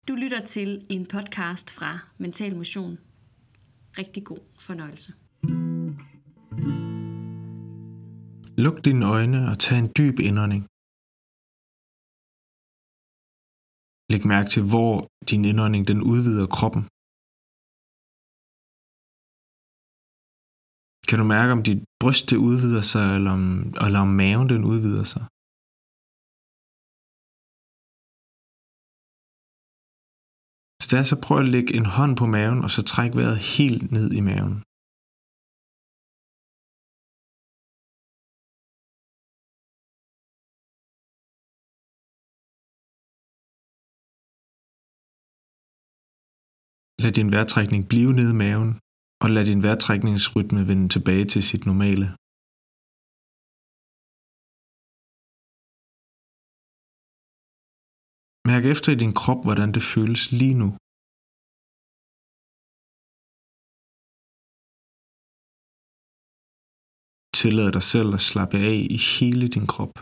Du lytter til en podcast fra Mental Motion. Rigtig god fornøjelse. Luk dine øjne og tag en dyb indånding. Læg mærke til, hvor din indånding den udvider kroppen. Kan du mærke, om dit bryst det udvider sig, eller om maven den udvider sig? Hvis det er, så prøv at lægge en hånd på maven, og så træk vejret helt ned i maven. Lad din vejrtrækning blive nede i maven, og lad din vejrtrækningsrytme vende tilbage til sit normale. Mærk efter i din krop, hvordan det føles lige nu. Tillad dig selv at slappe af i hele din krop.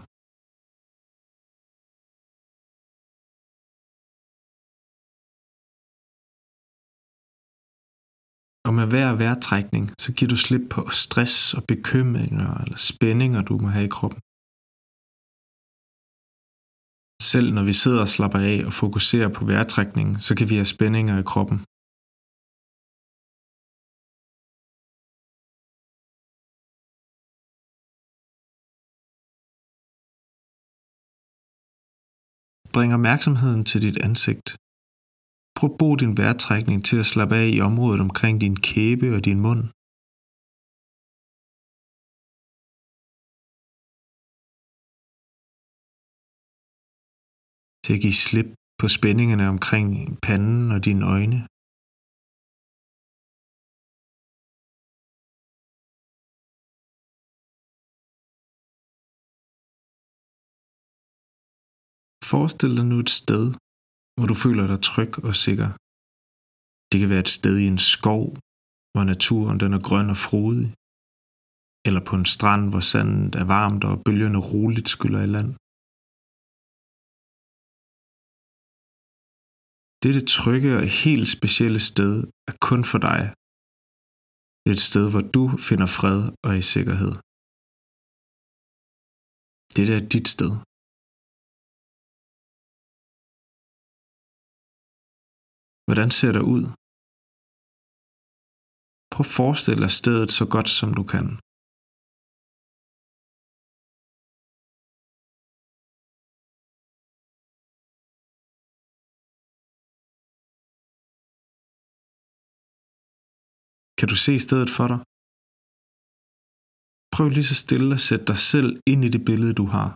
Og med hver vejrtrækning, så giver du slip på stress og bekymringer eller spændinger, du må have i kroppen. Selv når vi sidder og slapper af og fokuserer på vejrtrækningen, så kan vi have spændinger i kroppen. Bring opmærksomheden til dit ansigt. Prøv at bruge din vejrtrækning til at slappe af i området omkring din kæbe og din mund. Til at give slip på spændingerne omkring panden og dine øjne. Forestil dig nu et sted, hvor du føler dig tryg og sikker. Det kan være et sted i en skov, hvor naturen den er grøn og frodig. Eller på en strand, hvor sandet er varmt og bølgerne roligt skyller i land. Dette trygge og helt specielle sted er kun for dig. Det er et sted, hvor du finder fred og er i sikkerhed. Dette er dit sted. Hvordan ser det ud? Prøv at forestille dig stedet så godt som du kan. Kan du se stedet for dig? Prøv lige så stille at sætte dig selv ind i det billede, du har.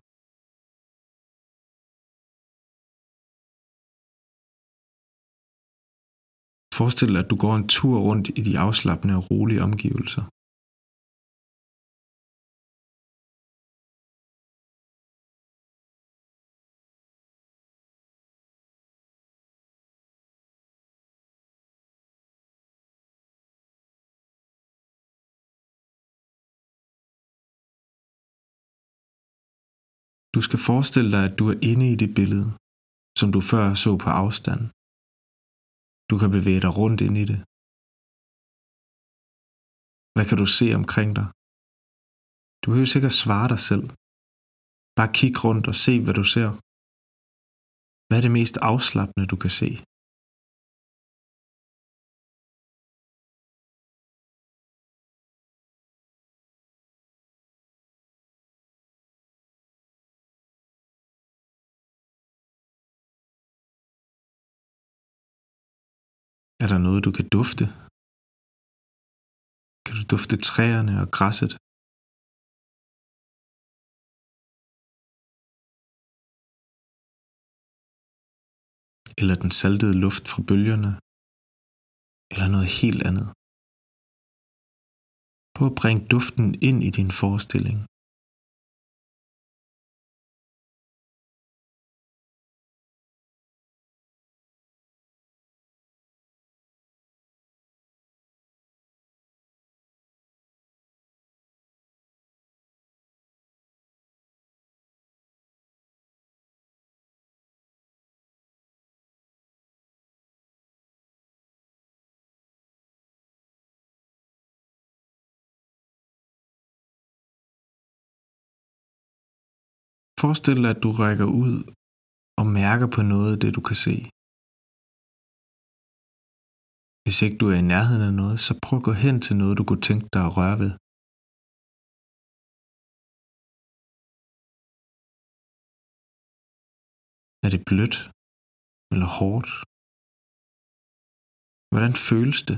Forestil dig, at du går en tur rundt i de afslappende og rolige omgivelser. Du skal forestille dig, at du er inde i det billede, som du før så på afstand. Du kan bevæge dig rundt ind i det. Hvad kan du se omkring dig? Du behøver ikke at svare dig selv. Bare kig rundt og se, hvad du ser. Hvad er det mest afslappende, du kan se? Er der noget, du kan dufte? Kan du dufte træerne og græsset? Eller den saltede luft fra bølgerne? Eller noget helt andet? Prøv at bringe duften ind i din forestilling. Forestil dig, at du rækker ud og mærker på noget af det, du kan se. Hvis ikke du er i nærheden af noget, så prøv at gå hen til noget, du kunne tænke dig at røre ved. Er det blødt eller hårdt? Hvordan føles det?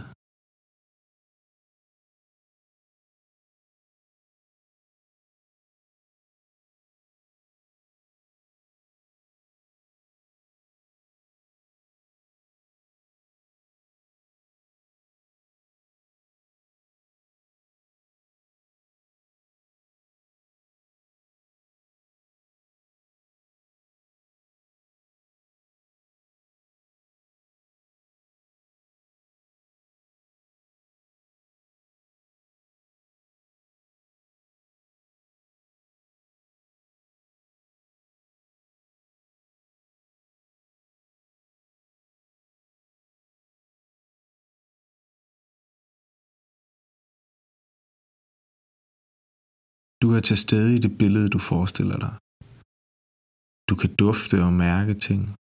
Du er til stede i det billede, du forestiller dig. Du kan dufte og mærke ting.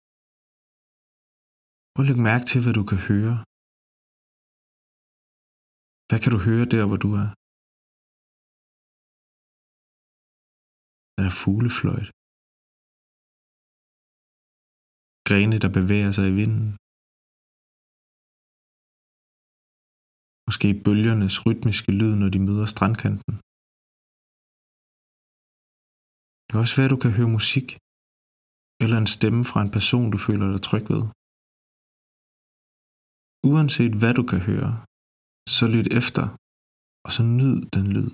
Prøv at lægge mærke til, hvad du kan høre. Hvad kan du høre der, hvor du er? Er der fuglefløjt? Grene, der bevæger sig i vinden? Måske bølgernes rytmiske lyd, når de møder strandkanten? Det kan også være, at du kan høre musik, eller en stemme fra en person, du føler dig tryg ved. Uanset hvad du kan høre, så lyt efter, og så nyd den lyd.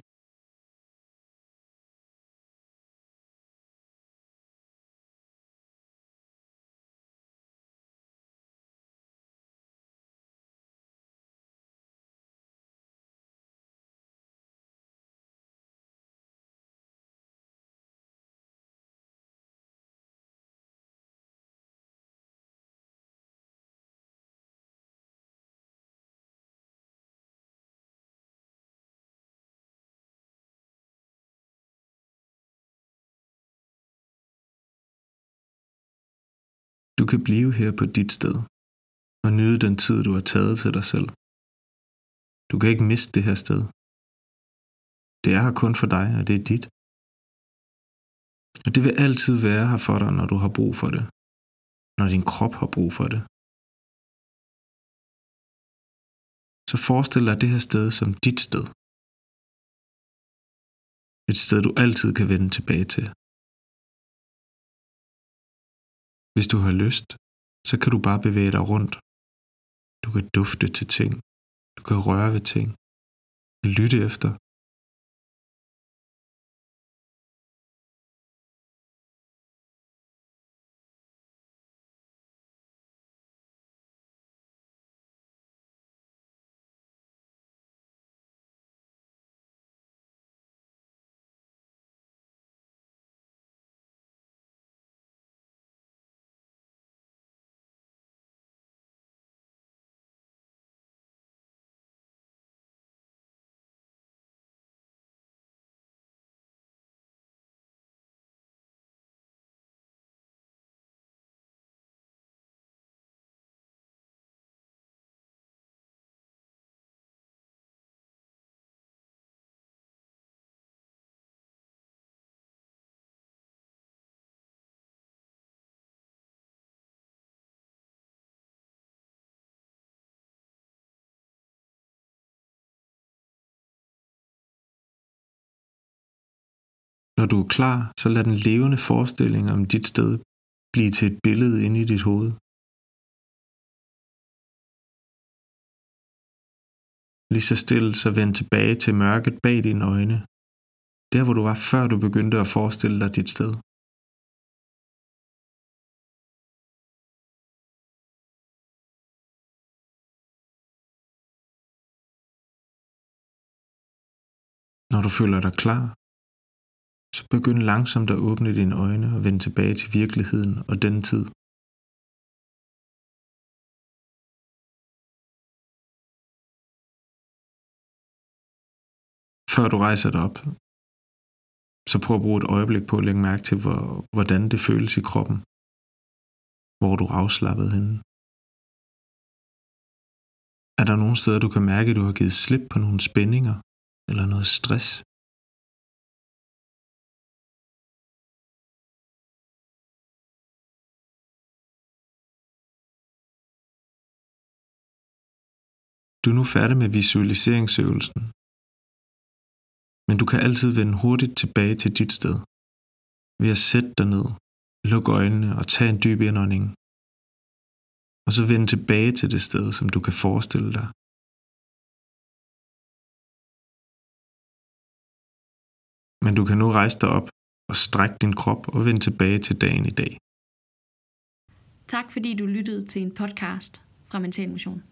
Du kan blive her på dit sted, og nyde den tid, du har taget til dig selv. Du kan ikke miste det her sted. Det er her kun for dig, og det er dit. Og det vil altid være her for dig, når du har brug for det. Når din krop har brug for det. Så forestil dig det her sted som dit sted. Et sted, du altid kan vende tilbage til. Hvis du har lyst, så kan du bare bevæge dig rundt. Du kan dufte til ting. Du kan røre ved ting. Lytte efter. Når du er klar, så lad den levende forestilling om dit sted blive til et billede inde i dit hoved. Lige så stille, så vend tilbage til mørket bag dine øjne. Der, hvor du var, før du begyndte at forestille dig dit sted. Når du føler dig klar, så begynd langsomt at åbne dine øjne og vende tilbage til virkeligheden og den tid. Før du rejser dig op, Så prøv at bruge et øjeblik på at lægge mærke til, hvordan det føles i kroppen. Hvor du er afslappet henne. Er der nogle steder, du kan mærke, at du har givet slip på nogle spændinger eller noget stress? Du er nu færdig med visualiseringsøvelsen. Men du kan altid vende hurtigt tilbage til dit sted. Ved at sætte dig ned, luk øjnene og tage en dyb indånding. Og så vende tilbage til det sted, som du kan forestille dig. Men du kan nu rejse dig op og strække din krop og vende tilbage til dagen i dag. Tak fordi du lyttede til en podcast fra Mental Motion.